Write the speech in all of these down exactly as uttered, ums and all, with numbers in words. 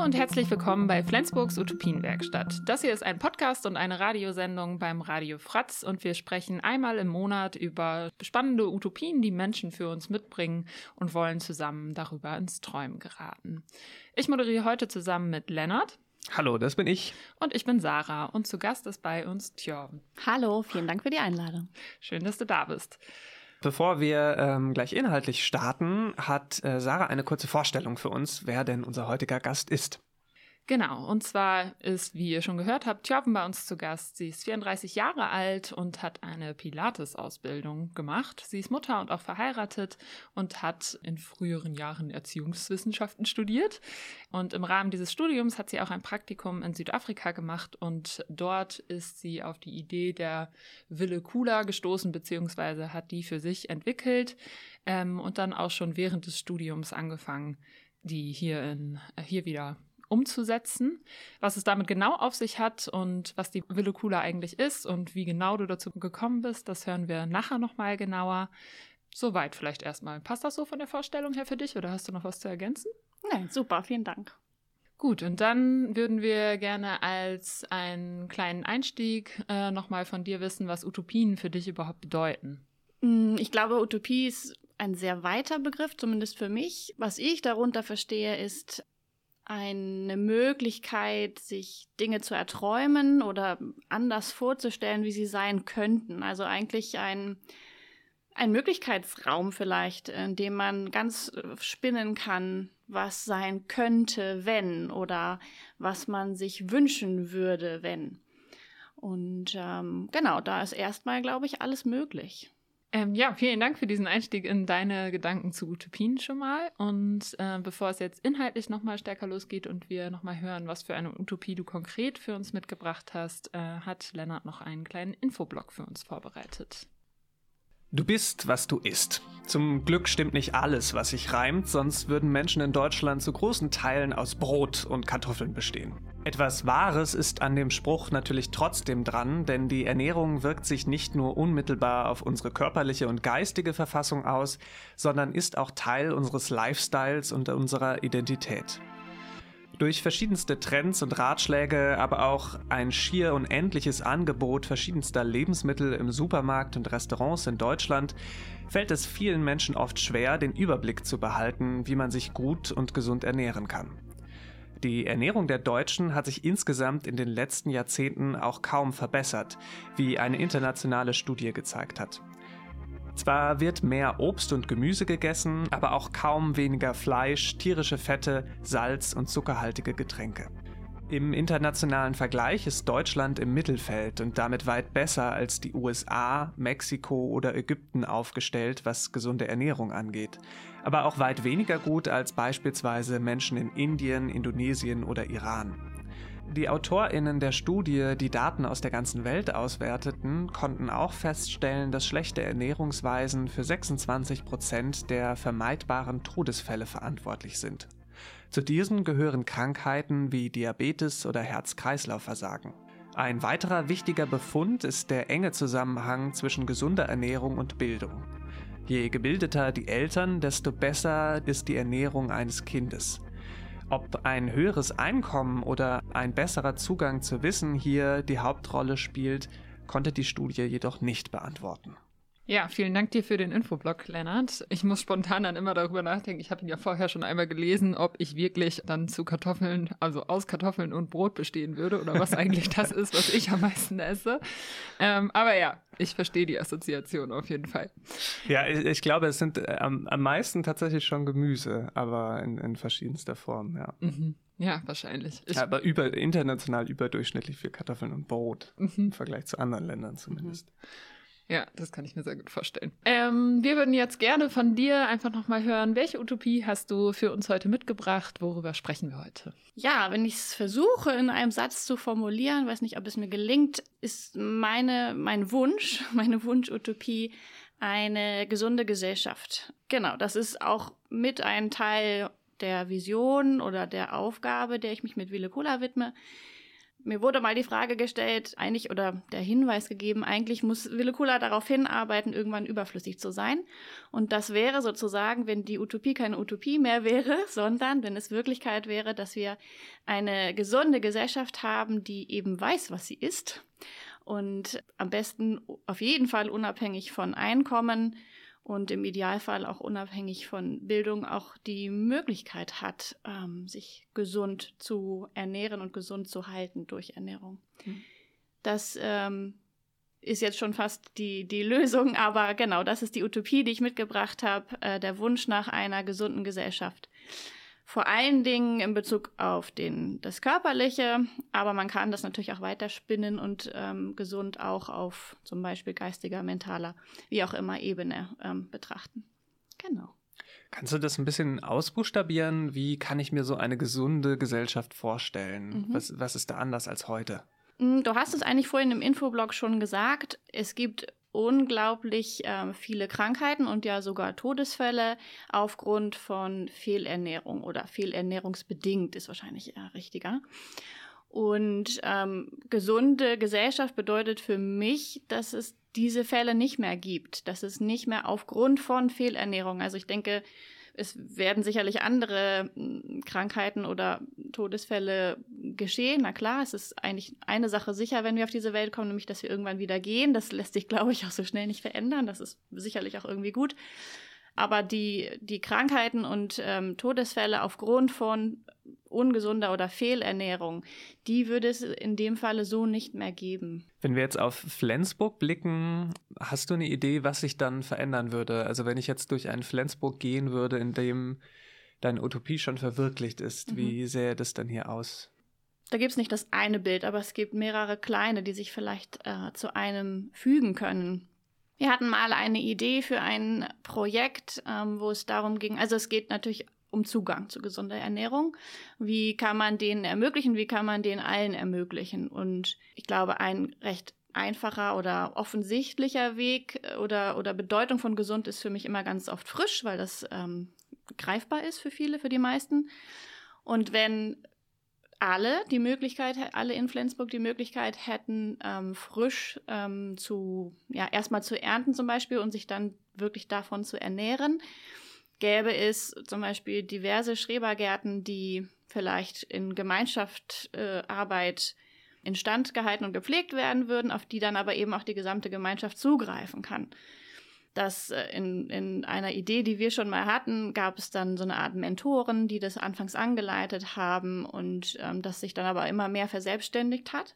und herzlich willkommen bei Flensburgs Utopienwerkstatt. Das hier ist ein Podcast und eine Radiosendung beim Radio Fratz und wir sprechen einmal im Monat über spannende Utopien, die Menschen für uns mitbringen und wollen zusammen darüber ins Träumen geraten. Ich moderiere heute zusammen mit Lennart. Hallo, das bin ich. Und ich bin Sarah und zu Gast ist bei uns Tjörn. Hallo, vielen Dank für die Einladung. Schön, dass du da bist. Bevor wir ähm, gleich inhaltlich starten, hat äh, Sarah eine kurze Vorstellung für uns, wer denn unser heutiger Gast ist. Genau, und zwar ist, wie ihr schon gehört habt, Tjörn bei uns zu Gast. Sie ist vierunddreißig Jahre alt und hat eine Pilates-Ausbildung gemacht. Sie ist Mutter und auch verheiratet und hat in früheren Jahren Erziehungswissenschaften studiert. Und im Rahmen dieses Studiums hat sie auch ein Praktikum in Südafrika gemacht und dort ist sie auf die Idee der Wille Kula gestoßen, beziehungsweise hat die für sich entwickelt ähm, und dann auch schon während des Studiums angefangen, die hier, in, äh, hier wieder umzusetzen. Was es damit genau auf sich hat und was die Wille Kula eigentlich ist und wie genau du dazu gekommen bist, das hören wir nachher nochmal genauer. Soweit vielleicht erstmal. Passt das so von der Vorstellung her für dich oder hast du noch was zu ergänzen? Nein, super, vielen Dank. Gut, und dann würden wir gerne als einen kleinen Einstieg äh, nochmal von dir wissen, was Utopien für dich überhaupt bedeuten. Ich glaube, Utopie ist ein sehr weiter Begriff, zumindest für mich. Was ich darunter verstehe, ist eine Möglichkeit, sich Dinge zu erträumen oder anders vorzustellen, wie sie sein könnten. Also eigentlich ein, ein Möglichkeitsraum vielleicht, in dem man ganz spinnen kann, was sein könnte, wenn, oder was man sich wünschen würde, wenn. Und ähm, genau, da ist erstmal, glaube ich, alles möglich. Ähm, ja, vielen Dank für diesen Einstieg in deine Gedanken zu Utopien schon mal. Und äh, bevor es jetzt inhaltlich nochmal stärker losgeht und wir nochmal hören, was für eine Utopie du konkret für uns mitgebracht hast, äh, hat Lennart noch einen kleinen Infoblock für uns vorbereitet. Du bist, was du isst. Zum Glück stimmt nicht alles, was sich reimt, sonst würden Menschen in Deutschland zu großen Teilen aus Brot und Kartoffeln bestehen. Etwas Wahres ist an dem Spruch natürlich trotzdem dran, denn die Ernährung wirkt sich nicht nur unmittelbar auf unsere körperliche und geistige Verfassung aus, sondern ist auch Teil unseres Lifestyles und unserer Identität. Durch verschiedenste Trends und Ratschläge, aber auch ein schier unendliches Angebot verschiedenster Lebensmittel im Supermarkt und Restaurants in Deutschland fällt es vielen Menschen oft schwer, den Überblick zu behalten, wie man sich gut und gesund ernähren kann. Die Ernährung der Deutschen hat sich insgesamt in den letzten Jahrzehnten auch kaum verbessert, wie eine internationale Studie gezeigt hat. Zwar wird mehr Obst und Gemüse gegessen, aber auch kaum weniger Fleisch, tierische Fette, Salz und zuckerhaltige Getränke. Im internationalen Vergleich ist Deutschland im Mittelfeld und damit weit besser als die U S A, Mexiko oder Ägypten aufgestellt, was gesunde Ernährung angeht. Aber auch weit weniger gut als beispielsweise Menschen in Indien, Indonesien oder Iran. Die AutorInnen der Studie, die Daten aus der ganzen Welt auswerteten, konnten auch feststellen, dass schlechte Ernährungsweisen für sechsundzwanzig Prozent der vermeidbaren Todesfälle verantwortlich sind. Zu diesen gehören Krankheiten wie Diabetes oder Herz-Kreislauf-Versagen. Ein weiterer wichtiger Befund ist der enge Zusammenhang zwischen gesunder Ernährung und Bildung. Je gebildeter die Eltern, desto besser ist die Ernährung eines Kindes. Ob ein höheres Einkommen oder ein besserer Zugang zu Wissen hier die Hauptrolle spielt, konnte die Studie jedoch nicht beantworten. Ja, vielen Dank dir für den Infoblock, Lennart. Ich muss spontan dann immer darüber nachdenken. Ich habe ihn ja vorher schon einmal gelesen, ob ich wirklich dann zu Kartoffeln, also aus Kartoffeln und Brot bestehen würde oder was eigentlich das ist, was ich am meisten esse. Ähm, aber ja, ich verstehe die Assoziation auf jeden Fall. Ja, ich, ich glaube, es sind äh, am, am meisten tatsächlich schon Gemüse, aber in, in verschiedenster Form, ja. Mhm. Ja, wahrscheinlich. Ich, ja, aber über, international überdurchschnittlich viel Kartoffeln und Brot, mhm. im Vergleich zu anderen Ländern zumindest. Mhm. Ja, das kann ich mir sehr gut vorstellen. Ähm, wir würden jetzt gerne von dir einfach nochmal hören, welche Utopie hast du für uns heute mitgebracht? Worüber sprechen wir heute? Ja, wenn ich es versuche, in einem Satz zu formulieren, weiß nicht, ob es mir gelingt, ist meine, mein Wunsch, meine Wunschutopie eine gesunde Gesellschaft. Genau, das ist auch mit ein Teil der Vision oder der Aufgabe, der ich mich mit Wille Kula widme. mir wurde mal die Frage gestellt, eigentlich, oder der Hinweis gegeben, eigentlich muss Villecula darauf hinarbeiten, irgendwann überflüssig zu sein. Und das wäre sozusagen, wenn die Utopie keine Utopie mehr wäre, sondern wenn es Wirklichkeit wäre, dass wir eine gesunde Gesellschaft haben, die eben weiß, was sie ist. Und am besten auf jeden Fall unabhängig von Einkommen und im Idealfall auch unabhängig von Bildung auch die Möglichkeit hat, ähm, sich gesund zu ernähren und gesund zu halten durch Ernährung. Mhm. Das ähm, ist jetzt schon fast die, die Lösung, aber genau, das ist die Utopie, die ich mitgebracht habe, äh, der Wunsch nach einer gesunden Gesellschaft. Vor allen Dingen in Bezug auf den, das Körperliche, aber man kann das natürlich auch weiterspinnen und ähm, gesund auch auf zum Beispiel geistiger, mentaler, wie auch immer Ebene ähm, betrachten. Genau. Kannst du das ein bisschen ausbuchstabieren? Wie kann ich mir so eine gesunde Gesellschaft vorstellen? Mhm. Was, was ist da anders als heute? Du hast es eigentlich vorhin im Infoblog schon gesagt. Es gibt unglaublich äh, viele Krankheiten und ja sogar Todesfälle aufgrund von Fehlernährung oder fehlernährungsbedingt ist wahrscheinlich eher richtiger. Und ähm, gesunde Gesellschaft bedeutet für mich, dass es diese Fälle nicht mehr gibt, dass es nicht mehr aufgrund von Fehlernährung, also ich denke, es werden sicherlich andere Krankheiten oder Todesfälle geschehen. Na klar, es ist eigentlich eine Sache sicher, wenn wir auf diese Welt kommen, nämlich, dass wir irgendwann wieder gehen. Das lässt sich, glaube ich, auch so schnell nicht verändern. Das ist sicherlich auch irgendwie gut. Aber die, die Krankheiten und ähm, Todesfälle aufgrund von ungesunder oder Fehlernährung, die würde es in dem Falle so nicht mehr geben. Wenn wir jetzt auf Flensburg blicken, hast du eine Idee, was sich dann verändern würde? Also wenn ich jetzt durch einen Flensburg gehen würde, in dem deine Utopie schon verwirklicht ist, mhm. wie sähe das dann hier aus? Da gibt es nicht das eine Bild, aber es gibt mehrere kleine, die sich vielleicht äh, zu einem fügen können. Wir hatten mal eine Idee für ein Projekt, ähm, wo es darum ging, also es geht natürlich um Zugang zu gesunder Ernährung. Wie kann man den ermöglichen? Wie kann man den allen ermöglichen? Und ich glaube, ein recht einfacher oder offensichtlicher Weg oder, oder Bedeutung von gesund ist für mich immer ganz oft frisch, weil das ähm, greifbar ist für viele, für die meisten. Und wenn alle die Möglichkeit, alle in Flensburg die Möglichkeit hätten, ähm, frisch ähm, zu, ja, erstmal zu ernten zum Beispiel und sich dann wirklich davon zu ernähren, gäbe es zum Beispiel diverse Schrebergärten, die vielleicht in Gemeinschaftsarbeit äh, instand gehalten und gepflegt werden würden, auf die dann aber eben auch die gesamte Gemeinschaft zugreifen kann. Das äh, in, in einer Idee, die wir schon mal hatten, gab es dann so eine Art Mentoren, die das anfangs angeleitet haben und ähm, das sich dann aber immer mehr verselbstständigt hat.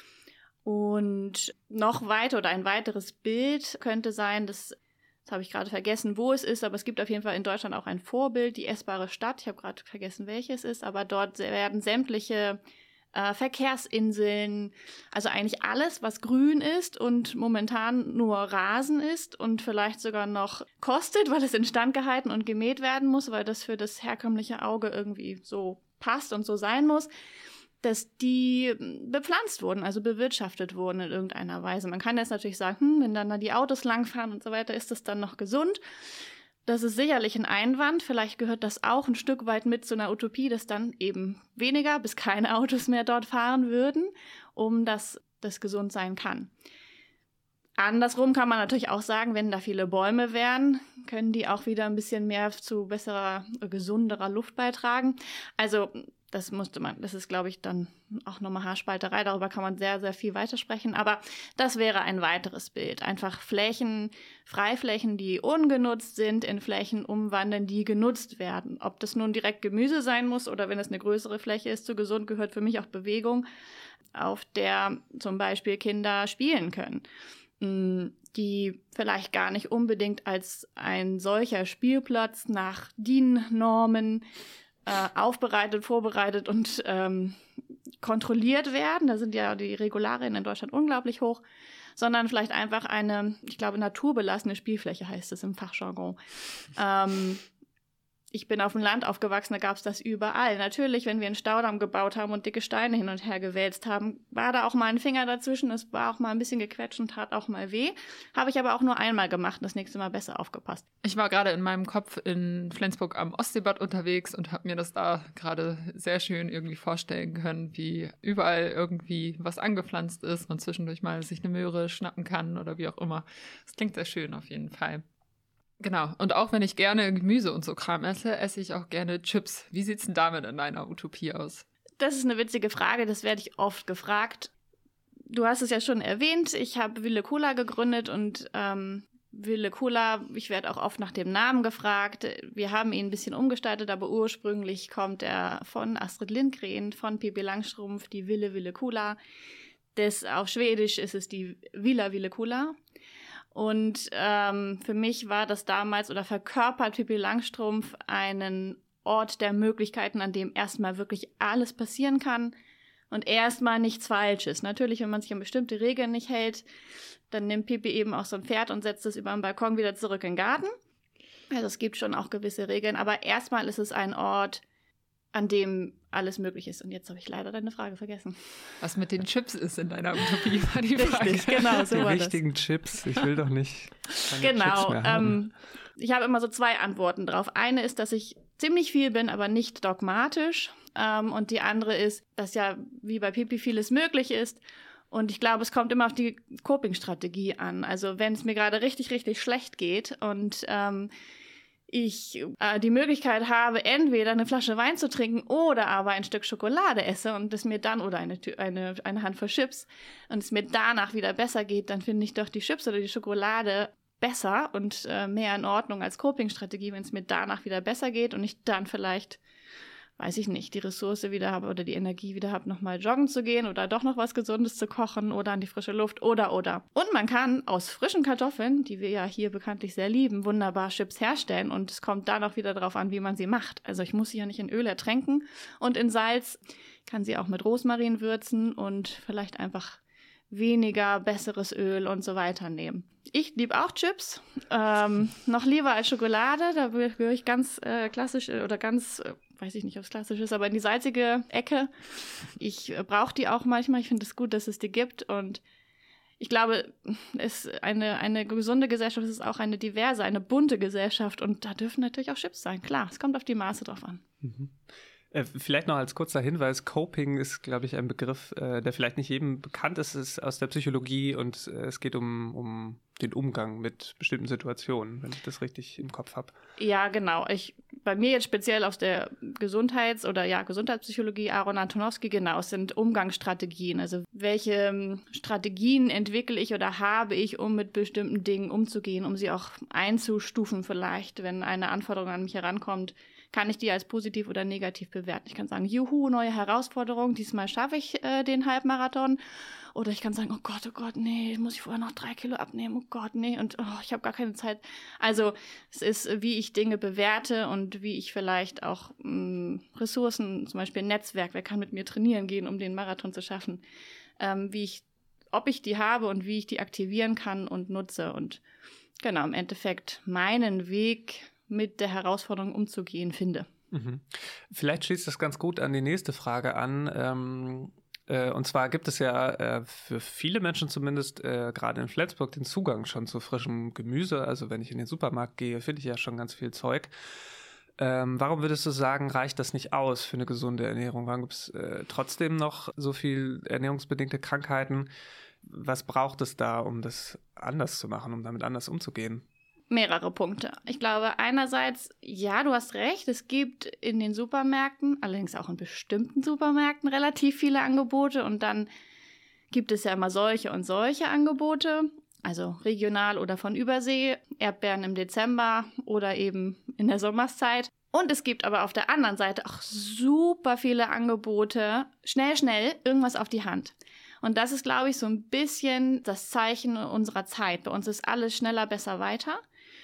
Und noch weiter oder ein weiteres Bild könnte sein, dass Jetzt habe ich gerade vergessen, wo es ist, aber es gibt auf jeden Fall in Deutschland auch ein Vorbild, die essbare Stadt. Ich habe gerade vergessen, welches es ist, aber dort werden sämtliche äh, Verkehrsinseln, also eigentlich alles, was grün ist und momentan nur Rasen ist und vielleicht sogar noch kostet, weil es instand gehalten und gemäht werden muss, weil das für das herkömmliche Auge irgendwie so passt und so sein muss, dass die bepflanzt wurden, also bewirtschaftet wurden in irgendeiner Weise. Man kann jetzt natürlich sagen, hm, wenn dann da die Autos langfahren und so weiter, ist das dann noch gesund? Das ist sicherlich ein Einwand. Vielleicht gehört das auch ein Stück weit mit zu einer Utopie, dass dann eben weniger bis keine Autos mehr dort fahren würden, um dass das gesund sein kann. Andersrum kann man natürlich auch sagen, wenn da viele Bäume wären, können die auch wieder ein bisschen mehr zu besserer, gesunderer Luft beitragen. Also das musste man, das ist, glaube ich, dann auch nochmal Haarspalterei. Darüber kann man sehr, sehr viel weitersprechen. Aber das wäre ein weiteres Bild. Einfach Flächen, Freiflächen, die ungenutzt sind, in Flächen umwandeln, die genutzt werden. Ob das nun direkt Gemüse sein muss oder wenn es eine größere Fläche ist, zu gesund gehört für mich auch Bewegung, auf der zum Beispiel Kinder spielen können, die vielleicht gar nicht unbedingt als ein solcher Spielplatz nach D I N-Normen äh, aufbereitet, vorbereitet und ähm, kontrolliert werden. Da sind ja die Regularien in Deutschland unglaublich hoch, sondern vielleicht einfach eine, ich glaube, naturbelassene Spielfläche heißt es im Fachjargon. Ähm, Ich bin auf dem Land aufgewachsen, da gab es das überall. Natürlich, wenn wir einen Staudamm gebaut haben und dicke Steine hin und her gewälzt haben, war da auch mal ein Finger dazwischen. Es war auch mal ein bisschen gequetscht und tat auch mal weh. Habe ich aber auch nur einmal gemacht und das nächste Mal besser aufgepasst. Ich war gerade in meinem Kopf in Flensburg am Ostseebad unterwegs und habe mir das da gerade sehr schön irgendwie vorstellen können, wie überall irgendwie was angepflanzt ist und zwischendurch mal sich eine Möhre schnappen kann oder wie auch immer. Das klingt sehr schön auf jeden Fall. Genau, und auch wenn ich gerne Gemüse und so Kram esse, esse ich auch gerne Chips. Wie sieht's denn damit in deiner Utopie aus? Das ist eine witzige Frage, das werde ich oft gefragt. Du hast es ja schon erwähnt, ich habe Wille Cola gegründet und ähm, Wille Cola, ich werde auch oft nach dem Namen gefragt. Wir haben ihn ein bisschen umgestaltet, aber ursprünglich kommt er von Astrid Lindgren, von Pippi Langstrumpf, die Wille Wille Cola. Das, auf Schwedisch ist es die Villa Wille Cola. Und ähm, für mich war das damals oder verkörpert Pippi Langstrumpf einen Ort der Möglichkeiten, an dem erstmal wirklich alles passieren kann und erstmal nichts falsch ist. Natürlich, wenn man sich an bestimmte Regeln nicht hält, dann nimmt Pippi eben auch so ein Pferd und setzt es über den Balkon wieder zurück in den Garten. Also es gibt schon auch gewisse Regeln, aber erstmal ist es ein Ort, an dem alles möglich ist. Und jetzt habe ich leider deine Frage vergessen. Was mit den Chips ist in deiner Utopie, war die Frage. Richtig, genau, so die war richtigen das. Chips. Ich will doch nicht keine genau, Chips mehr haben. Ähm, ich habe immer so zwei Antworten drauf. Eine ist, dass ich ziemlich viel bin, aber nicht dogmatisch. Ähm, und die andere ist, dass ja wie bei Pippi vieles möglich ist. Und ich glaube, es kommt immer auf die Coping-Strategie an. Also wenn es mir gerade richtig, richtig schlecht geht und ähm, ich äh, die Möglichkeit habe, entweder eine Flasche Wein zu trinken oder aber ein Stück Schokolade esse und es mir dann, oder eine, eine, eine Handvoll Chips, und es mir danach wieder besser geht, dann finde ich doch die Chips oder die Schokolade besser und äh, mehr in Ordnung als Coping-Strategie, wenn es mir danach wieder besser geht und ich dann vielleicht, weiß ich nicht, die Ressource wieder habe oder die Energie wieder habe, nochmal joggen zu gehen oder doch noch was Gesundes zu kochen oder an die frische Luft oder, oder. Und man kann aus frischen Kartoffeln, die wir ja hier bekanntlich sehr lieben, wunderbar Chips herstellen und es kommt dann auch wieder darauf an, wie man sie macht. Also ich muss sie ja nicht in Öl ertränken und in Salz, kann sie auch mit Rosmarin würzen und vielleicht einfach weniger, besseres Öl und so weiter nehmen. Ich liebe auch Chips, ähm, noch lieber als Schokolade, da gehöre ich ganz äh, klassisch oder ganz, äh, weiß ich nicht, ob es klassisch ist, aber in die salzige Ecke. Ich äh, brauche die auch manchmal, ich finde es gut, dass es die gibt und ich glaube, es eine, eine gesunde Gesellschaft ist auch eine diverse, eine bunte Gesellschaft und da dürfen natürlich auch Chips sein, klar, es kommt auf die Maße drauf an. Mhm. Vielleicht noch als kurzer Hinweis, Coping ist, glaube ich, ein Begriff, äh, der vielleicht nicht jedem bekannt ist, ist aus der Psychologie und äh, es geht um, um den Umgang mit bestimmten Situationen, wenn ich das richtig im Kopf habe. Ja, genau. Ich, bei mir jetzt speziell aus der Gesundheits- oder ja, Gesundheitspsychologie, Aaron Antonowski, genau, es sind Umgangsstrategien. Also welche Strategien entwickle ich oder habe ich, um mit bestimmten Dingen umzugehen, um sie auch einzustufen vielleicht, wenn eine Anforderung an mich herankommt, kann ich die als positiv oder negativ bewerten. Ich kann sagen, juhu, neue Herausforderung, diesmal schaffe ich äh, den Halbmarathon. Oder ich kann sagen, oh Gott, oh Gott, nee, muss ich vorher noch drei Kilo abnehmen, oh Gott, nee, und oh, ich habe gar keine Zeit. Also es ist, wie ich Dinge bewerte und wie ich vielleicht auch mh, Ressourcen, zum Beispiel ein Netzwerk, wer kann mit mir trainieren gehen, um den Marathon zu schaffen, ähm, wie ich, ob ich die habe und wie ich die aktivieren kann und nutze. Und genau, im Endeffekt meinen Weg mit der Herausforderung umzugehen finde. Mhm. Vielleicht schließt das ganz gut an die nächste Frage an. Ähm, äh, und zwar gibt es ja äh, für viele Menschen zumindest äh, gerade in Flensburg den Zugang schon zu frischem Gemüse. Also wenn ich in den Supermarkt gehe, finde ich ja schon ganz viel Zeug. Ähm, warum würdest du sagen, reicht das nicht aus für eine gesunde Ernährung? Warum gibt es äh, trotzdem noch so viel ernährungsbedingte Krankheiten? Was braucht es da, um das anders zu machen, um damit anders umzugehen? Mehrere Punkte. Ich glaube, einerseits, ja, du hast recht, es gibt in den Supermärkten, allerdings auch in bestimmten Supermärkten, relativ viele Angebote und dann gibt es ja immer solche und solche Angebote, also regional oder von Übersee, Erdbeeren im Dezember oder eben in der Sommerszeit. Und es gibt aber auf der anderen Seite auch super viele Angebote, schnell, schnell, irgendwas auf die Hand. Und das ist, glaube ich, so ein bisschen das Zeichen unserer Zeit. Bei uns ist alles schneller, besser, weiter.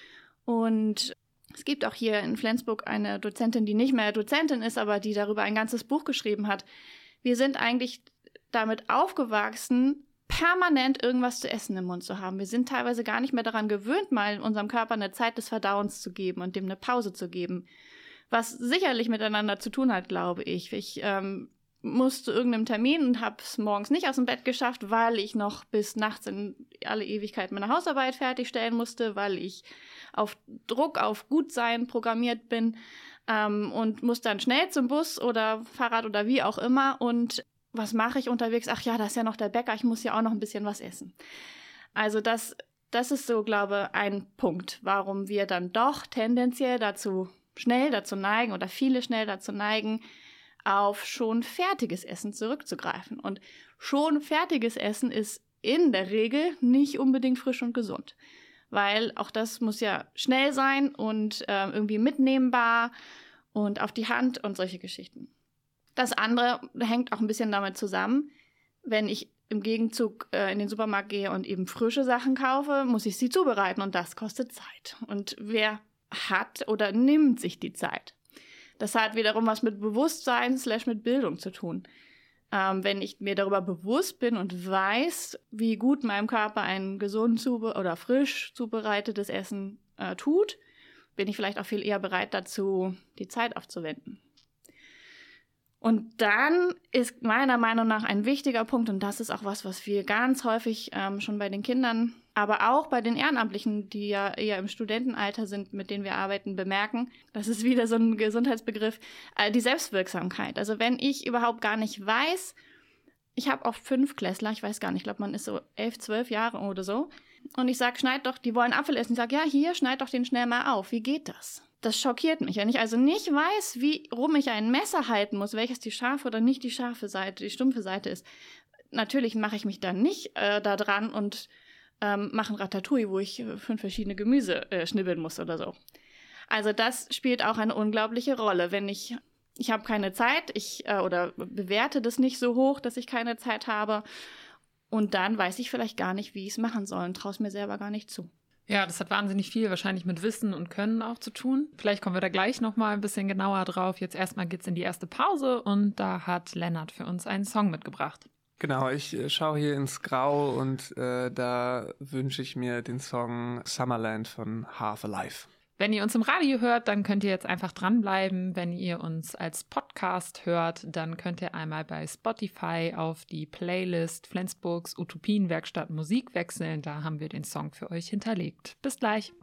Und es gibt auch hier in Flensburg eine Dozentin, die nicht mehr Dozentin ist, aber die darüber ein ganzes Buch geschrieben hat. Wir sind eigentlich damit aufgewachsen, permanent irgendwas zu essen im Mund zu haben. Wir sind teilweise gar nicht mehr daran gewöhnt, mal unserem Körper eine Zeit des Verdauens zu geben und dem eine Pause zu geben. was sicherlich miteinander zu tun hat, glaube ich. Ich ähm, musste zu irgendeinem Termin und habe es morgens nicht aus dem Bett geschafft, weil ich noch bis nachts in alle Ewigkeit meine Hausarbeit fertigstellen musste, weil ich auf Druck, auf Gutsein programmiert bin ähm, und muss dann schnell zum Bus oder Fahrrad oder wie auch immer. Und was mache ich unterwegs? Ach ja, da ist ja noch der Bäcker, ich muss ja auch noch ein bisschen was essen. Also das, das ist so, glaube ich, ein Punkt, warum wir dann doch tendenziell dazu schnell dazu neigen oder viele schnell dazu neigen, auf schon fertiges Essen zurückzugreifen. Und schon fertiges Essen ist in der Regel nicht unbedingt frisch und gesund. Weil auch das muss ja schnell sein und äh, irgendwie mitnehmbar und auf die Hand und solche Geschichten. Das andere hängt auch ein bisschen damit zusammen, wenn ich im Gegenzug äh, in den Supermarkt gehe und eben frische Sachen kaufe, muss ich sie zubereiten und das kostet Zeit. Und wer hat oder nimmt sich die Zeit? Das hat wiederum was mit Bewusstsein slash mit Bildung zu tun. Ähm, wenn ich mir darüber bewusst bin und weiß, wie gut meinem Körper ein gesund zube- oder frisch zubereitetes Essen äh, tut, bin ich vielleicht auch viel eher bereit dazu, die Zeit aufzuwenden. Und dann ist meiner Meinung nach ein wichtiger Punkt, und das ist auch was, was wir ganz häufig ähm, schon bei den Kindern, aber auch bei den Ehrenamtlichen, die ja eher im Studentenalter sind, mit denen wir arbeiten, bemerken. Das ist wieder so ein Gesundheitsbegriff, äh, die Selbstwirksamkeit. Also wenn ich überhaupt gar nicht weiß, ich habe auch Fünftklässler, ich weiß gar nicht, ich glaube, man ist so elf, zwölf Jahre oder so, und ich sage, schneid doch, die wollen Apfel essen. Ich sage, ja, hier, schneid doch den schnell mal auf. Wie geht das? Das schockiert mich. Wenn ich also nicht weiß, wie rum ich ein Messer halten muss, welches die scharfe oder nicht die scharfe Seite, die stumpfe Seite ist, natürlich mache ich mich dann nicht äh, da dran und ähm, mache ein Ratatouille, wo ich fünf verschiedene Gemüse äh, schnibbeln muss oder so. Also das spielt auch eine unglaubliche Rolle. Wenn ich, ich habe keine Zeit, ich äh, oder bewerte das nicht so hoch, dass ich keine Zeit habe, und dann weiß ich vielleicht gar nicht, wie ich es machen soll und traue es mir selber gar nicht zu. Ja, das hat wahnsinnig viel wahrscheinlich mit Wissen und Können auch zu tun. Vielleicht kommen wir da gleich nochmal ein bisschen genauer drauf. Jetzt erstmal geht's in die erste Pause und da hat Lennart für uns einen Song mitgebracht. Genau, ich äh, schaue hier ins Grau und äh, da wünsche ich mir den Song Summerland von Half Alive. Wenn ihr uns im Radio hört, dann könnt ihr jetzt einfach dranbleiben. Wenn ihr uns als Podcast hört, dann könnt ihr einmal bei Spotify auf die Playlist Flensburgs Utopienwerkstatt Musik wechseln. Da haben wir den Song für euch hinterlegt. Bis gleich.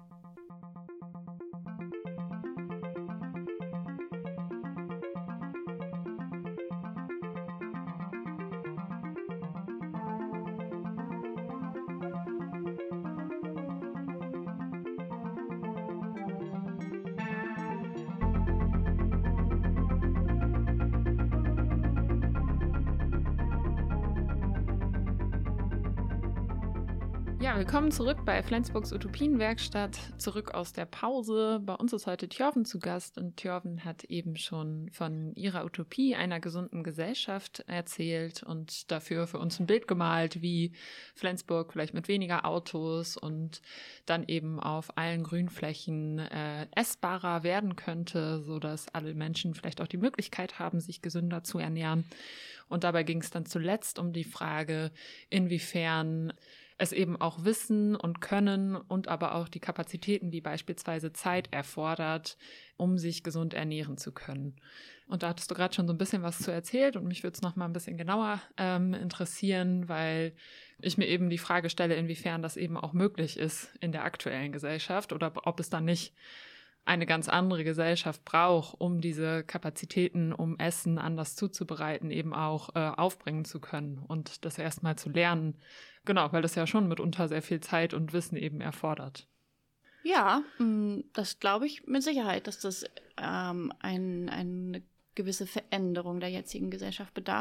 Ja, willkommen zurück bei Flensburgs Utopienwerkstatt, zurück aus der Pause. Bei uns ist heute Tjörven zu Gast und Tjörven hat eben schon von ihrer Utopie einer gesunden Gesellschaft erzählt und dafür für uns ein Bild gemalt, wie Flensburg vielleicht mit weniger Autos und dann eben auf allen Grünflächen äh, essbarer werden könnte, sodass alle Menschen vielleicht auch die Möglichkeit haben, sich gesünder zu ernähren. Und dabei ging es dann zuletzt um die Frage, inwiefern es eben auch Wissen und Können und aber auch die Kapazitäten wie beispielsweise Zeit erfordert, um sich gesund ernähren zu können. Und da hattest du gerade schon so ein bisschen was zu erzählt und mich würde es noch mal ein bisschen genauer ähm, interessieren, weil ich mir eben die Frage stelle, inwiefern das eben auch möglich ist in der aktuellen Gesellschaft oder ob es dann nicht eine ganz andere Gesellschaft braucht, um diese Kapazitäten, um Essen anders zuzubereiten, eben auch äh, aufbringen zu können und das erstmal zu lernen. Genau, weil das ja schon mitunter sehr viel Zeit und Wissen eben erfordert. Ja, das glaube ich mit Sicherheit, dass das ähm, ein, eine gewisse Veränderung der jetzigen Gesellschaft bedarf,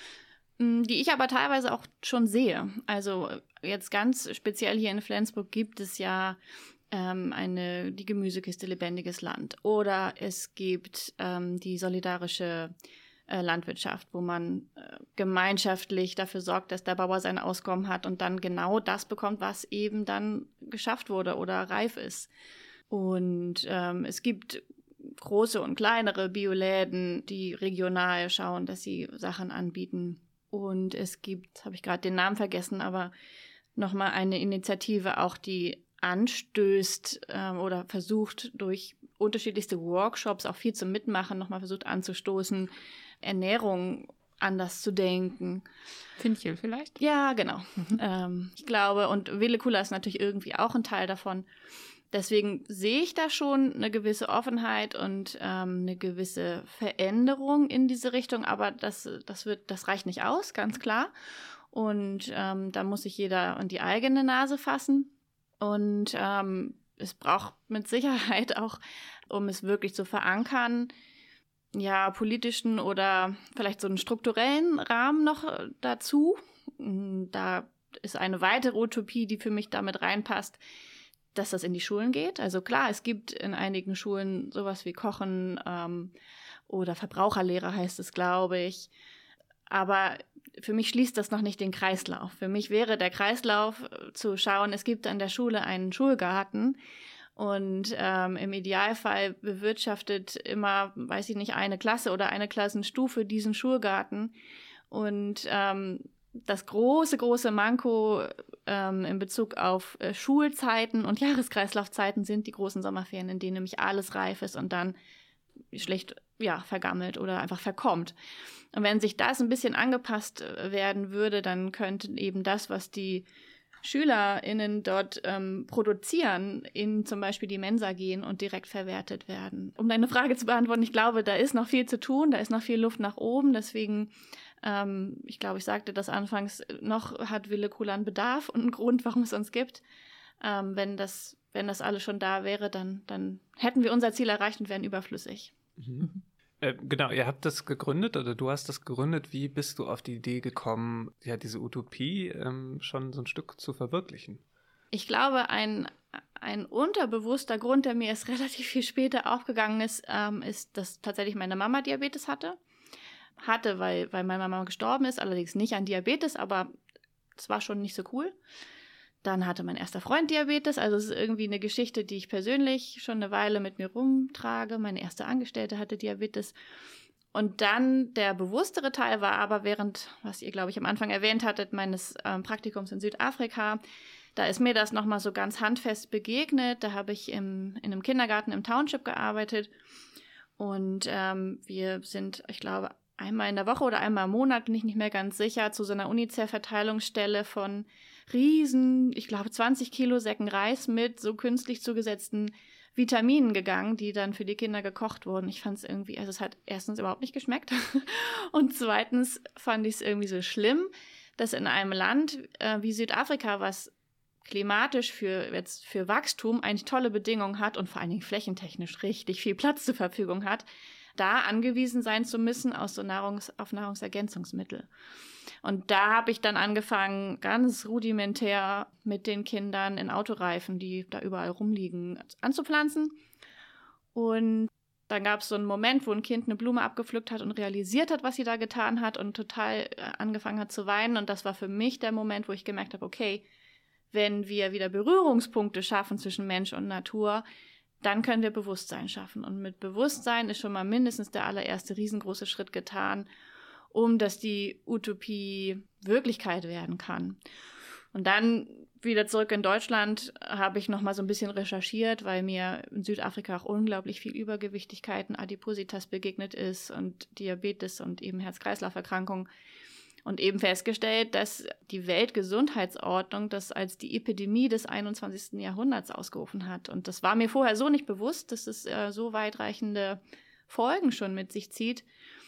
die ich aber teilweise auch schon sehe. Also jetzt ganz speziell hier in Flensburg gibt es ja ähm, eine, die Gemüsekiste Lebendiges Land oder es gibt ähm, die solidarische äh, Landwirtschaft, wo man äh, gemeinschaftlich dafür sorgt, dass der Bauer sein Auskommen hat und dann genau das bekommt, was eben dann geschafft wurde oder reif ist. Und ähm, es gibt große und kleinere Bioläden, die regional schauen, dass sie Sachen anbieten. Und es gibt, habe ich gerade den Namen vergessen, aber nochmal eine Initiative auch, die anstößt äh, oder versucht, durch unterschiedlichste Workshops, auch viel zum Mitmachen nochmal versucht anzustoßen, Ernährung anders zu denken. Finchel vielleicht? Ja, genau. Mhm. Ähm, ich glaube, und Velekula ist natürlich irgendwie auch ein Teil davon. Deswegen sehe ich da schon eine gewisse Offenheit und ähm, eine gewisse Veränderung in diese Richtung, aber das, das, wird, das reicht nicht aus, ganz klar. Und ähm, da muss sich jeder an die eigene Nase fassen. Und ähm, es braucht mit Sicherheit auch, um es wirklich zu verankern, ja, politischen oder vielleicht so einen strukturellen Rahmen noch dazu. Da ist eine weitere Utopie, die für mich damit reinpasst, dass das in die Schulen geht. Also klar, es gibt in einigen Schulen sowas wie Kochen ähm, oder Verbraucherlehre heißt es, glaube ich. Aber für mich schließt das noch nicht den Kreislauf. Für mich wäre der Kreislauf zu schauen, es gibt an der Schule einen Schulgarten und ähm, im Idealfall bewirtschaftet immer, weiß ich nicht, eine Klasse oder eine Klassenstufe diesen Schulgarten. Und ähm, das große, große Manko ähm, in Bezug auf äh, Schulzeiten und Jahreskreislaufzeiten sind die großen Sommerferien, in denen nämlich alles reif ist und dann schlecht ja, vergammelt oder einfach verkommt. Und wenn sich das ein bisschen angepasst werden würde, dann könnte eben das, was die SchülerInnen dort ähm, produzieren, in zum Beispiel die Mensa gehen und direkt verwertet werden. Um deine Frage zu beantworten, ich glaube, da ist noch viel zu tun, da ist noch viel Luft nach oben, deswegen Ähm, ich glaube, ich sagte das anfangs, noch hat Velekula einen Bedarf und einen Grund, warum es uns gibt. Ähm, wenn das, wenn das alles schon da wäre, dann, dann hätten wir unser Ziel erreicht und wären überflüssig. Mhm. Äh, genau, ihr habt das gegründet oder du hast das gegründet. Wie bist du auf die Idee gekommen, ja, diese Utopie ähm, schon so ein Stück zu verwirklichen? Ich glaube, ein, ein unterbewusster Grund, der mir erst relativ viel später aufgegangen ist, ähm, ist, dass tatsächlich meine Mama Diabetes hatte. hatte, weil, weil meine Mama gestorben ist, allerdings nicht an Diabetes, aber es war schon nicht so cool. Dann hatte mein erster Freund Diabetes, also es ist irgendwie eine Geschichte, die ich persönlich schon eine Weile mit mir rumtrage. Meine erste Angestellte hatte Diabetes. Und dann der bewusstere Teil war aber während, was ihr, glaube ich, am Anfang erwähnt hattet, meines ähm, Praktikums in Südafrika, da ist mir das nochmal so ganz handfest begegnet. Da habe ich im, in einem Kindergarten im Township gearbeitet und ähm, wir sind, ich glaube, einmal in der Woche oder einmal im Monat, bin ich nicht mehr ganz sicher, zu so einer UNICEF-Verteilungsstelle von riesen, ich glaube, zwanzig Kilo Säcken Reis mit so künstlich zugesetzten Vitaminen gegangen, die dann für die Kinder gekocht wurden. Ich fand es irgendwie, also es hat erstens überhaupt nicht geschmeckt und zweitens fand ich es irgendwie so schlimm, dass in einem Land äh, wie Südafrika, was klimatisch für, jetzt für Wachstum eigentlich tolle Bedingungen hat und vor allen Dingen flächentechnisch richtig viel Platz zur Verfügung hat, da angewiesen sein zu müssen aus so Nahrungs- auf Nahrungsergänzungsmittel. Und da habe ich dann angefangen, ganz rudimentär mit den Kindern in Autoreifen, die da überall rumliegen, anzupflanzen. Und dann gab es so einen Moment, wo ein Kind eine Blume abgepflückt hat und realisiert hat, was sie da getan hat und total angefangen hat zu weinen. Und das war für mich der Moment, wo ich gemerkt habe, okay, wenn wir wieder Berührungspunkte schaffen zwischen Mensch und Natur, dann können wir Bewusstsein schaffen. Und mit Bewusstsein ist schon mal mindestens der allererste riesengroße Schritt getan, um dass die Utopie Wirklichkeit werden kann. Und dann wieder zurück in Deutschland habe ich noch mal so ein bisschen recherchiert, weil mir in Südafrika auch unglaublich viel Übergewichtigkeit und Adipositas begegnet ist und Diabetes und eben Herz-Kreislauf-Erkrankungen. Und eben festgestellt, dass die Weltgesundheitsordnung das als die Epidemie des einundzwanzigsten Jahrhunderts ausgerufen hat. Und das war mir vorher so nicht bewusst, dass es äh, so weitreichende Folgen schon mit sich zieht,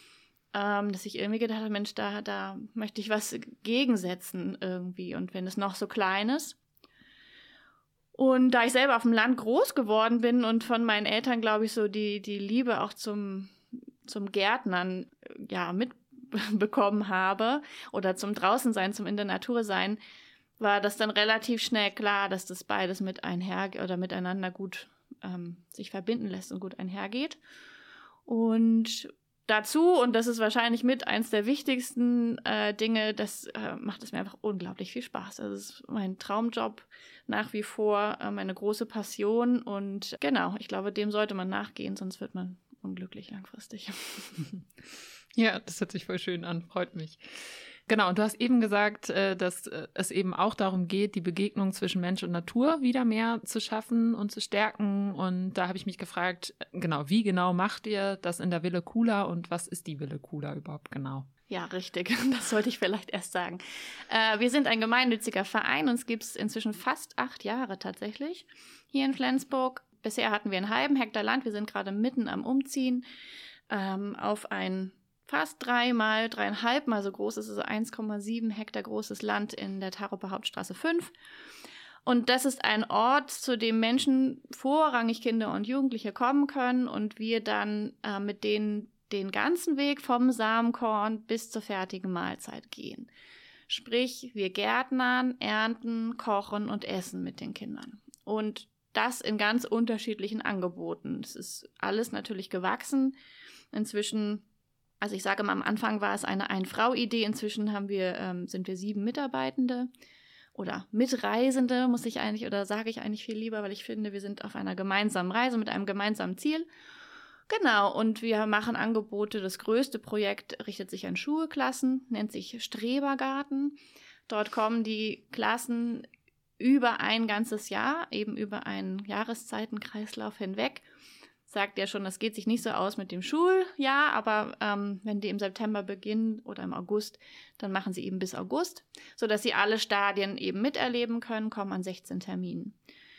ähm, dass ich irgendwie gedacht habe, Mensch, da, da möchte ich was gegensetzen irgendwie. Und wenn es noch so klein ist. Und da ich selber auf dem Land groß geworden bin und von meinen Eltern, glaube ich, so die, die Liebe auch zum, zum Gärtnern ja, mit bekommen habe oder zum Draußensein, zum in der Natur sein, war das dann relativ schnell klar, dass das beides mit einher oder miteinander gut ähm, sich verbinden lässt und gut einhergeht. Und dazu, und das ist wahrscheinlich mit eins der wichtigsten äh, Dinge, das äh, macht es mir einfach unglaublich viel Spaß. Also es ist mein Traumjob nach wie vor, äh, meine große Passion und genau, ich glaube, dem sollte man nachgehen, sonst wird man unglücklich langfristig. Ja, das hört sich voll schön an, freut mich. Genau, und du hast eben gesagt, dass es eben auch darum geht, die Begegnung zwischen Mensch und Natur wieder mehr zu schaffen und zu stärken. Und da habe ich mich gefragt, genau, wie genau macht ihr das in der Wille Kula und was ist die Wille Kula überhaupt genau? Ja, richtig. Das sollte ich vielleicht erst sagen. Äh, wir sind ein gemeinnütziger Verein. Uns gibt es inzwischen fast acht Jahre tatsächlich hier in Flensburg. Bisher hatten wir einen halben Hektar Land. Wir sind gerade mitten am Umziehen ähm, auf ein fast dreimal, dreieinhalb Mal so groß ist, also eins Komma sieben Hektar großes Land in der Taruper Hauptstraße fünf. Und das ist ein Ort, zu dem Menschen, vorrangig Kinder und Jugendliche, kommen können und wir dann äh, mit denen den ganzen Weg vom Samenkorn bis zur fertigen Mahlzeit gehen. Sprich, wir gärtnern, ernten, kochen und essen mit den Kindern. Und das in ganz unterschiedlichen Angeboten. Es ist alles natürlich gewachsen. Inzwischen, also ich sage mal, am Anfang war es eine Ein-Frau-Idee. Inzwischen haben wir, ähm, sind wir sieben Mitarbeitende oder Mitreisende, muss ich eigentlich, oder sage ich eigentlich viel lieber, weil ich finde, wir sind auf einer gemeinsamen Reise mit einem gemeinsamen Ziel. Genau, und wir machen Angebote. Das größte Projekt richtet sich an Schulklassen, nennt sich Strebergarten. Dort kommen die Klassen über ein ganzes Jahr, eben über einen Jahreszeitenkreislauf hinweg. Sagt ja schon, das geht sich nicht so aus mit dem Schuljahr, aber ähm, wenn die im September beginnen oder im August, dann machen sie eben bis August, sodass sie alle Stadien eben miterleben können, kommen an sechzehn Terminen.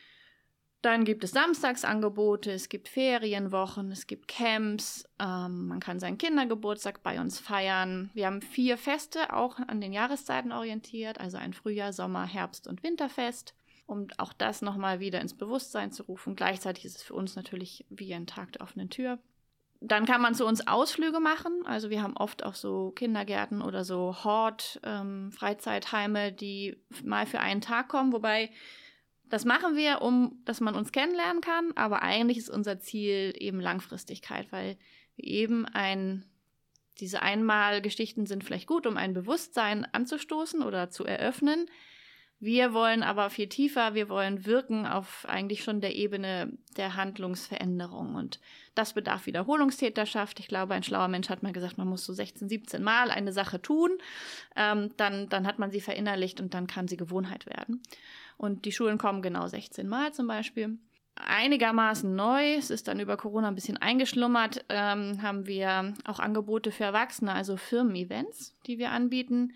Dann gibt es Samstagsangebote, es gibt Ferienwochen, es gibt Camps, ähm, man kann seinen Kindergeburtstag bei uns feiern. Wir haben vier Feste, auch an den Jahreszeiten orientiert, also ein Frühjahr-, Sommer-, Herbst- und Winterfest, um auch das nochmal wieder ins Bewusstsein zu rufen. Gleichzeitig ist es für uns natürlich wie ein Tag der offenen Tür. Dann kann man zu uns Ausflüge machen, also wir haben oft auch so Kindergärten oder so Hort, ähm, Freizeitheime, die mal für einen Tag kommen, wobei das machen wir, um, dass man uns kennenlernen kann, aber eigentlich ist unser Ziel eben Langfristigkeit, weil wir eben ein, diese Einmalgeschichten sind vielleicht gut, um ein Bewusstsein anzustoßen oder zu eröffnen. Wir wollen aber viel tiefer, wir wollen wirken auf eigentlich schon der Ebene der Handlungsveränderung und das bedarf Wiederholungstäterschaft. Ich glaube, ein schlauer Mensch hat mal gesagt, man muss so sechzehn, siebzehn Mal eine Sache tun, ähm, dann, dann hat man sie verinnerlicht und dann kann sie Gewohnheit werden. Und die Schulen kommen genau sechzehn Mal zum Beispiel. Einigermaßen neu, es ist dann über Corona ein bisschen eingeschlummert, ähm, haben wir auch Angebote für Erwachsene, also Firmen-Events, die wir anbieten,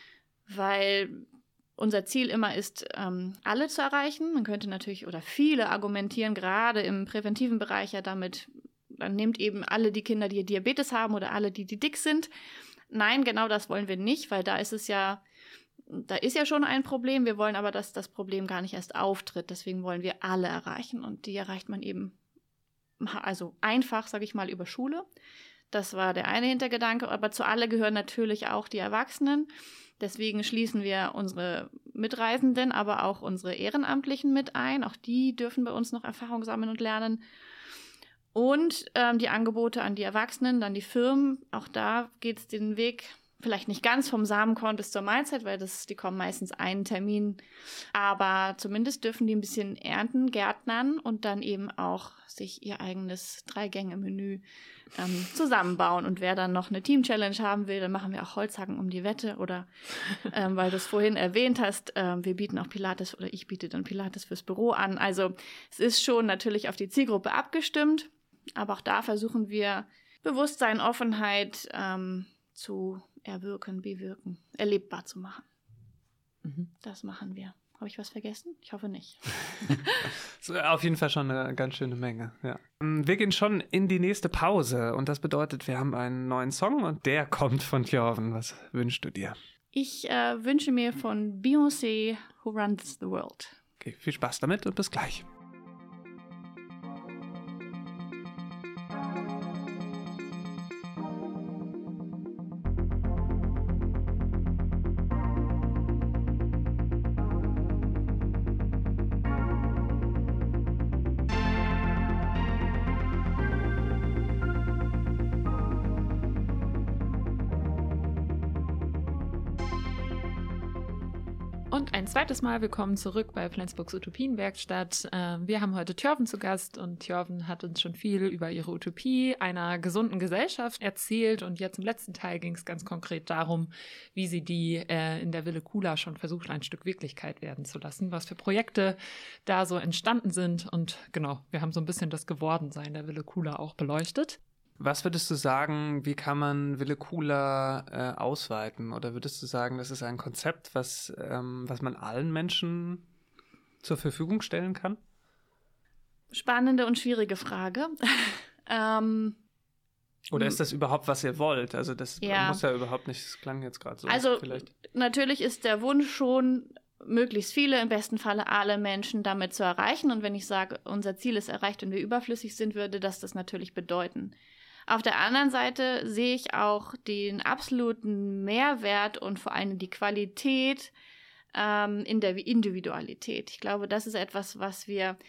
weil unser Ziel immer ist, ähm, alle zu erreichen. Man könnte natürlich, oder viele argumentieren, gerade im präventiven Bereich ja damit, dann nehmt eben alle die Kinder, die Diabetes haben oder alle, die, die dick sind. Nein, genau das wollen wir nicht, weil da ist es ja, da ist ja schon ein Problem. Wir wollen aber, dass das Problem gar nicht erst auftritt. Deswegen wollen wir alle erreichen und die erreicht man eben, also einfach, sage ich mal, über Schule. Das war der eine Hintergedanke, aber zu alle gehören natürlich auch die Erwachsenen. Deswegen schließen wir unsere Mitreisenden, aber auch unsere Ehrenamtlichen mit ein. Auch die dürfen bei uns noch Erfahrung sammeln und lernen. Und ähm, die Angebote an die Erwachsenen, dann die Firmen. Auch da geht es den Weg vielleicht nicht ganz vom Samenkorn bis zur Mahlzeit, weil das, die kommen meistens einen Termin. Aber zumindest dürfen die ein bisschen ernten, gärtnern und dann eben auch sich ihr eigenes Drei-Gänge-Menü ähm, zusammenbauen. Und wer dann noch eine Team-Challenge haben will, dann machen wir auch Holzhacken um die Wette. Oder, ähm, weil du es vorhin erwähnt hast, ähm, wir bieten auch Pilates oder ich biete dann Pilates fürs Büro an. Also es ist schon natürlich auf die Zielgruppe abgestimmt. Aber auch da versuchen wir Bewusstsein, Offenheit ähm, zu erwirken, bewirken, erlebbar zu machen. Mhm. Das machen wir. Habe ich was vergessen? Ich hoffe nicht. Auf jeden Fall schon eine ganz schöne Menge, ja. Wir gehen schon in die nächste Pause und das bedeutet, wir haben einen neuen Song und der kommt von Tjorven. Was wünschst du dir? Ich äh, wünsche mir von Beyoncé Who Runs the World. Okay, viel Spaß damit und bis gleich. Und ein zweites Mal willkommen zurück bei Flensburgs Utopienwerkstatt. Wir haben heute Tjörven zu Gast und Tjörven hat uns schon viel über ihre Utopie einer gesunden Gesellschaft erzählt. Und jetzt im letzten Teil ging es ganz konkret darum, wie sie die äh, in der Wille Kula schon versucht, ein Stück Wirklichkeit werden zu lassen, was für Projekte da so entstanden sind. Und genau, wir haben so ein bisschen das Gewordensein der Wille Kula auch beleuchtet. Was würdest du sagen, wie kann man Wille Kula äh, ausweiten? Oder würdest du sagen, das ist ein Konzept, was, ähm, was man allen Menschen zur Verfügung stellen kann? Spannende und schwierige Frage. ähm, Oder ist das überhaupt, was ihr wollt? Also das ja. muss ja überhaupt nicht, das klang jetzt gerade so. Also vielleicht. Natürlich ist der Wunsch schon, möglichst viele, im besten Falle alle Menschen damit zu erreichen. Und wenn ich sage, unser Ziel ist erreicht, wenn wir überflüssig sind, würde das das natürlich bedeuten. Auf der anderen Seite sehe ich auch den absoluten Mehrwert und vor allem die Qualität ähm, in der Individualität. Ich glaube, das ist etwas, was wir,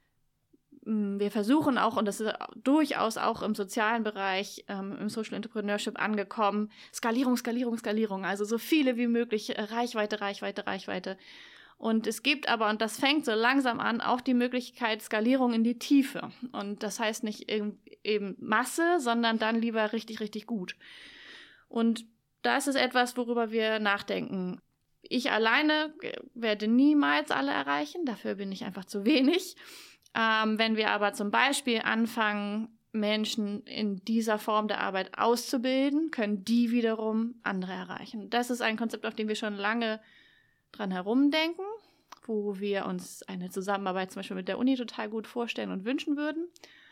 mh, wir versuchen auch, und das ist durchaus auch im sozialen Bereich, ähm, im Social Entrepreneurship angekommen, Skalierung, Skalierung, Skalierung, also so viele wie möglich, Reichweite, Reichweite, Reichweite. Und es gibt aber, und das fängt so langsam an, auch die Möglichkeit Skalierung in die Tiefe. Und das heißt nicht eben Masse, sondern dann lieber richtig, richtig gut. Und da ist es etwas, worüber wir nachdenken. Ich alleine werde niemals alle erreichen, dafür bin ich einfach zu wenig. Ähm, wenn wir aber zum Beispiel anfangen, Menschen in dieser Form der Arbeit auszubilden, können die wiederum andere erreichen. Das ist ein Konzept, auf dem wir schon lange dran herumdenken, wo wir uns eine Zusammenarbeit zum Beispiel mit der Uni total gut vorstellen und wünschen würden.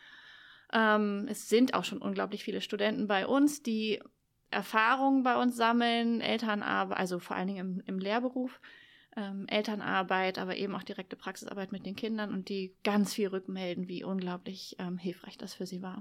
Ähm, es sind auch schon unglaublich viele Studenten bei uns, die Erfahrungen bei uns sammeln, Elternarbeit, also vor allen Dingen im, im Lehrberuf, ähm, Elternarbeit, aber eben auch direkte Praxisarbeit mit den Kindern und die ganz viel rückmelden, wie unglaublich ähm, hilfreich das für sie war.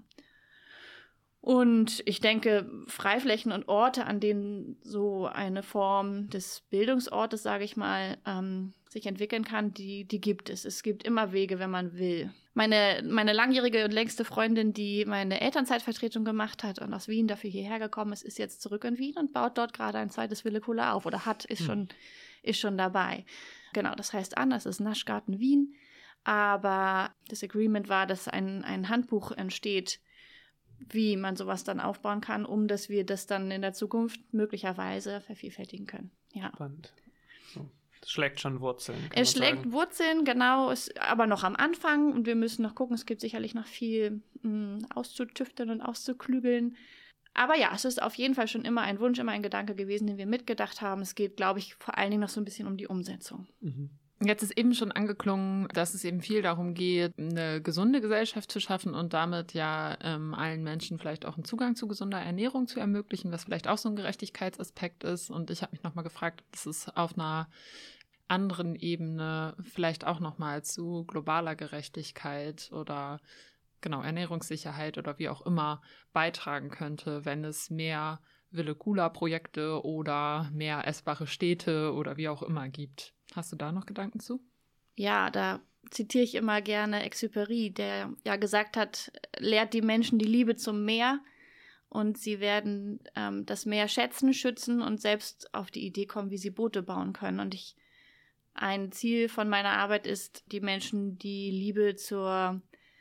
Und ich denke, Freiflächen und Orte, an denen so eine Form des Bildungsortes, sage ich mal, ähm, sich entwickeln kann, die, die gibt es. Es gibt immer Wege, wenn man will. Meine, meine langjährige und längste Freundin, die meine Elternzeitvertretung gemacht hat und aus Wien dafür hierher gekommen ist, ist jetzt zurück in Wien und baut dort gerade ein zweites Wille Kula auf oder hat, ist, hm. schon, ist schon dabei. Genau, das heißt an, das ist Naschgarten Wien. Aber das Agreement war, dass ein, ein Handbuch entsteht, wie man sowas dann aufbauen kann, um dass wir das dann in der Zukunft möglicherweise vervielfältigen können. Ja. Spannend. So. Das schlägt schon Wurzeln. Es schlägt sagen. Wurzeln, genau, ist aber noch am Anfang und wir müssen noch gucken, es gibt sicherlich noch viel mh, auszutüfteln und auszuklügeln. Aber ja, es ist auf jeden Fall schon immer ein Wunsch, immer ein Gedanke gewesen, den wir mitgedacht haben. Es geht, glaube ich, vor allen Dingen noch so ein bisschen um die Umsetzung. Mhm. Jetzt ist eben schon angeklungen, dass es eben viel darum geht, eine gesunde Gesellschaft zu schaffen und damit ja ähm, allen Menschen vielleicht auch einen Zugang zu gesunder Ernährung zu ermöglichen, was vielleicht auch so ein Gerechtigkeitsaspekt ist. Und ich habe mich nochmal gefragt, ob das ist auf einer anderen Ebene vielleicht auch nochmal zu globaler Gerechtigkeit oder genau Ernährungssicherheit oder wie auch immer beitragen könnte, wenn es mehr Wille Kula Projekte oder mehr essbare Städte oder wie auch immer gibt. Hast du da noch Gedanken zu? Ja, da zitiere ich immer gerne Exupéry, der ja gesagt hat, lehrt die Menschen die Liebe zum Meer und sie werden ähm, das Meer schätzen, schützen und selbst auf die Idee kommen, wie sie Boote bauen können. Und ich, ein Ziel von meiner Arbeit ist, die Menschen die Liebe zur,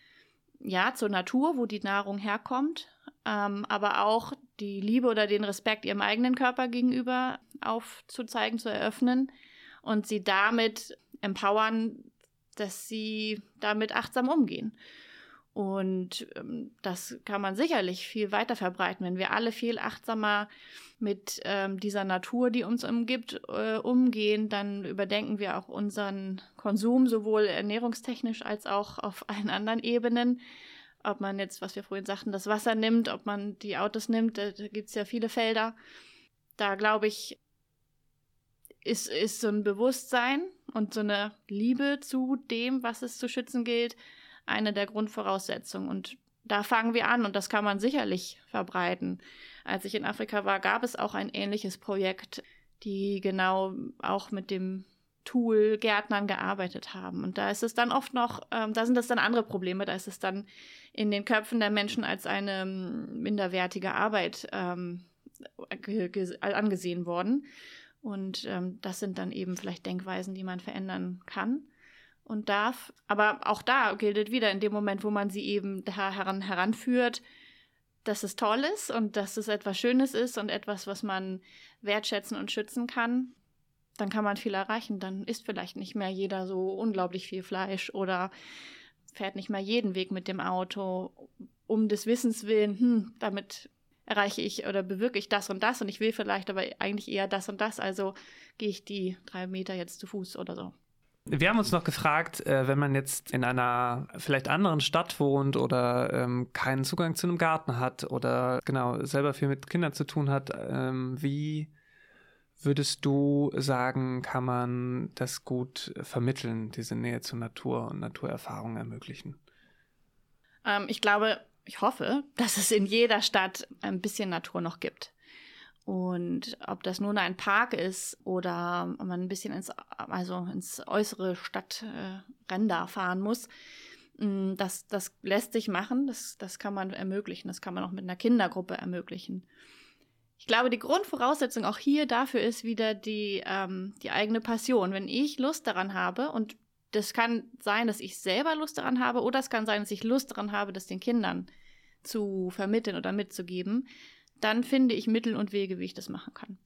ja, zur Natur, wo die Nahrung herkommt, ähm, aber auch die Liebe oder den Respekt ihrem eigenen Körper gegenüber aufzuzeigen, zu eröffnen und sie damit empowern, dass sie damit achtsam umgehen. Und ähm, das kann man sicherlich viel weiter verbreiten, wenn wir alle viel achtsamer mit ähm, dieser Natur, die uns umgibt, äh, umgehen, dann überdenken wir auch unseren Konsum, sowohl ernährungstechnisch als auch auf allen anderen Ebenen. Ob man jetzt, was wir vorhin sagten, das Wasser nimmt, ob man die Autos nimmt, da, da gibt es ja viele Felder. Da glaube ich, ist, ist so ein Bewusstsein und so eine Liebe zu dem, was es zu schützen gilt, eine der Grundvoraussetzungen. Und da fangen wir an und das kann man sicherlich verbreiten. Als ich in Afrika war, gab es auch ein ähnliches Projekt, die genau auch mit dem Tool Gärtnern gearbeitet haben. Und da ist es dann oft noch, ähm, da sind das dann andere Probleme, da ist es dann in den Köpfen der Menschen als eine minderwertige Arbeit ähm, ge- ge- angesehen worden. Und ähm, das sind dann eben vielleicht Denkweisen, die man verändern kann und darf. Aber auch da gilt wieder, in dem Moment, wo man sie eben heran, heranführt, dass es toll ist und dass es etwas Schönes ist und etwas, was man wertschätzen und schützen kann, dann kann man viel erreichen. Dann isst vielleicht nicht mehr jeder so unglaublich viel Fleisch oder fährt nicht mehr jeden Weg mit dem Auto, um des Wissens willen, hm, damit erreiche ich oder bewirke ich das und das und ich will vielleicht aber eigentlich eher das und das, also gehe ich die drei Meter jetzt zu Fuß oder so. Wir haben uns noch gefragt, äh, wenn man jetzt in einer vielleicht anderen Stadt wohnt oder ähm, keinen Zugang zu einem Garten hat oder genau selber viel mit Kindern zu tun hat, ähm, wie würdest du sagen, kann man das gut vermitteln, diese Nähe zur Natur und Naturerfahrungen ermöglichen? Ähm, ich glaube, ich hoffe, dass es in jeder Stadt ein bisschen Natur noch gibt. Und ob das nun ein Park ist oder man ein bisschen ins, also ins äußere Stadtränder fahren muss, das, das lässt sich machen, das, das kann man ermöglichen, das kann man auch mit einer Kindergruppe ermöglichen. Ich glaube, die Grundvoraussetzung auch hier dafür ist wieder die, ähm, die eigene Passion. Wenn ich Lust daran habe, und das kann sein, dass ich selber Lust daran habe, oder es kann sein, dass ich Lust daran habe, das den Kindern zu vermitteln oder mitzugeben, dann finde ich Mittel und Wege, wie ich das machen kann.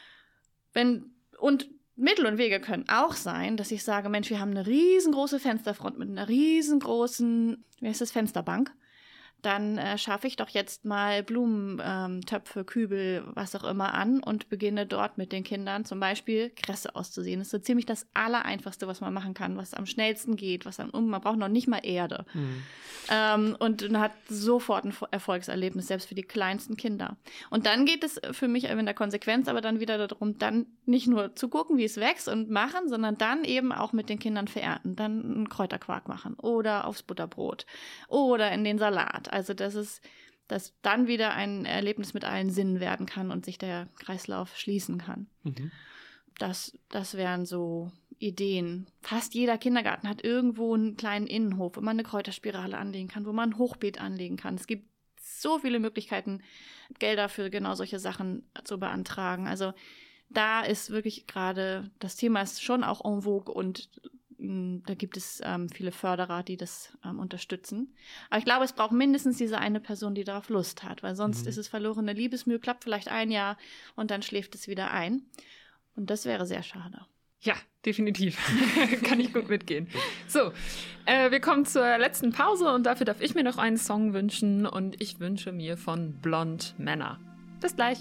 Wenn, und Mittel und Wege können auch sein, dass ich sage, Mensch, wir haben eine riesengroße Fensterfront mit einer riesengroßen, wie heißt das, Fensterbank. Dann äh, schaffe ich doch jetzt mal Blumentöpfe, ähm, Kübel, was auch immer an und beginne dort mit den Kindern zum Beispiel Kresse auszusehen. Das ist so ziemlich das Allereinfachste, was man machen kann, was am schnellsten geht, was dann, man braucht noch nicht mal Erde. Mhm. Ähm, und man hat sofort ein Erfolgserlebnis, selbst für die kleinsten Kinder. Und dann geht es für mich in der Konsequenz aber dann wieder darum, dann nicht nur zu gucken, wie es wächst und machen, sondern dann eben auch mit den Kindern verernten, dann einen Kräuterquark machen oder aufs Butterbrot oder in den Salat. Also, dass es dass dann wieder ein Erlebnis mit allen Sinnen werden kann und sich der Kreislauf schließen kann. Mhm. Das, das wären so Ideen. Fast jeder Kindergarten hat irgendwo einen kleinen Innenhof, wo man eine Kräuterspirale anlegen kann, wo man ein Hochbeet anlegen kann. Es gibt so viele Möglichkeiten, Gelder für genau solche Sachen zu beantragen. Also da ist wirklich gerade, das Thema ist schon auch en vogue und da gibt es ähm, viele Förderer, die das ähm, unterstützen. Aber ich glaube, es braucht mindestens diese eine Person, die darauf Lust hat, weil sonst mhm. ist es verlorene Liebesmühe, klappt vielleicht ein Jahr und dann schläft es wieder ein. Und das wäre sehr schade. Ja, definitiv. Kann ich gut mitgehen. So, äh, wir kommen zur letzten Pause und dafür darf ich mir noch einen Song wünschen und ich wünsche mir von Blond Männer. Bis gleich.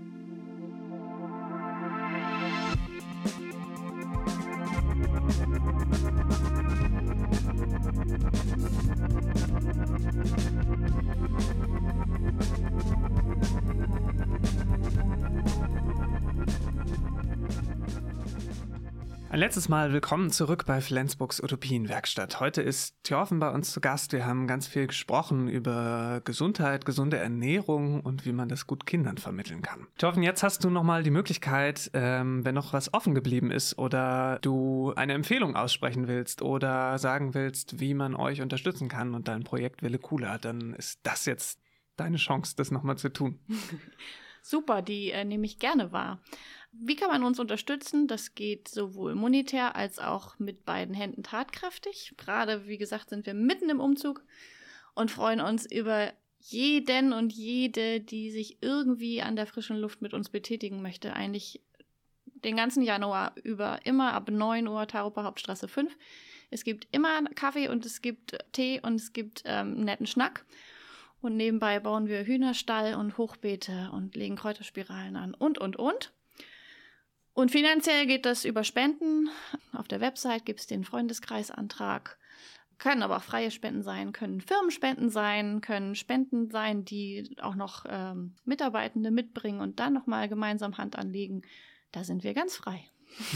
Ein letztes Mal willkommen zurück bei Flensburgs Utopienwerkstatt. Heute ist Thjörven bei uns zu Gast. Wir haben ganz viel gesprochen über Gesundheit, gesunde Ernährung und wie man das gut Kindern vermitteln kann. Thjörven, jetzt hast du nochmal die Möglichkeit, ähm, wenn noch was offen geblieben ist oder du eine Empfehlung aussprechen willst oder sagen willst, wie man euch unterstützen kann und dein Projekt Wille Cooler, dann ist das jetzt deine Chance, das nochmal zu tun. Super, die äh, nehme ich gerne wahr. Wie kann man uns unterstützen? Das geht sowohl monetär als auch mit beiden Händen tatkräftig. Gerade, wie gesagt, sind wir mitten im Umzug und freuen uns über jeden und jede, die sich irgendwie an der frischen Luft mit uns betätigen möchte. Eigentlich den ganzen Januar über, immer ab neun Uhr, Taroper Hauptstraße fünf. Es gibt immer Kaffee und es gibt Tee und es gibt ähm, netten Schnack. Und nebenbei bauen wir Hühnerstall und Hochbeete und legen Kräuterspiralen an und, und, und. Und finanziell geht das über Spenden. Auf der Website gibt es den Freundeskreisantrag. Können aber auch freie Spenden sein, können Firmenspenden sein, können Spenden sein, die auch noch ähm, Mitarbeitende mitbringen und dann nochmal gemeinsam Hand anlegen. Da sind wir ganz frei.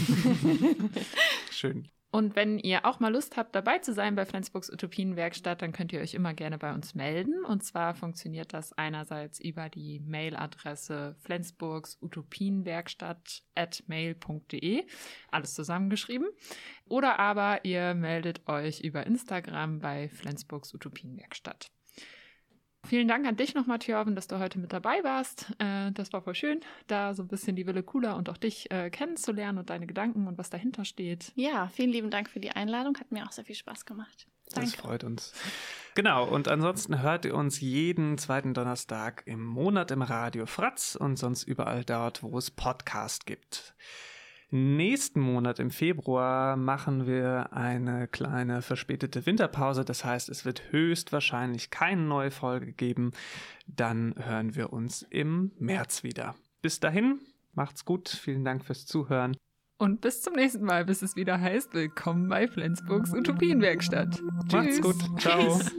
Schön. Und wenn ihr auch mal Lust habt, dabei zu sein bei Flensburgs Utopienwerkstatt, dann könnt ihr euch immer gerne bei uns melden. Und zwar funktioniert das einerseits über die Mailadresse flensburgsutopienwerkstatt at mail punkt de, alles zusammengeschrieben. Oder aber ihr meldet euch über Instagram bei Flensburgs Utopienwerkstatt. Vielen Dank an dich nochmal, Tjörven, dass du heute mit dabei warst. Äh, das war voll schön, da so ein bisschen die Wille Cooler und auch dich äh, kennenzulernen und deine Gedanken und was dahinter steht. Ja, vielen lieben Dank für die Einladung. Hat mir auch sehr viel Spaß gemacht. Danke. Das freut uns. Genau, und ansonsten hört ihr uns jeden zweiten Donnerstag im Monat im Radio Fratz und sonst überall dort, wo es Podcast gibt. Nächsten Monat im Februar machen wir eine kleine verspätete Winterpause. Das heißt, es wird höchstwahrscheinlich keine neue Folge geben. Dann hören wir uns im März wieder. Bis dahin, macht's gut. Vielen Dank fürs Zuhören. Und bis zum nächsten Mal, bis es wieder heißt, willkommen bei Flensburgs Utopienwerkstatt. Macht's gut. Ciao. Tschüss.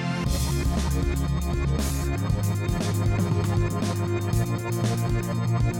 Thank you.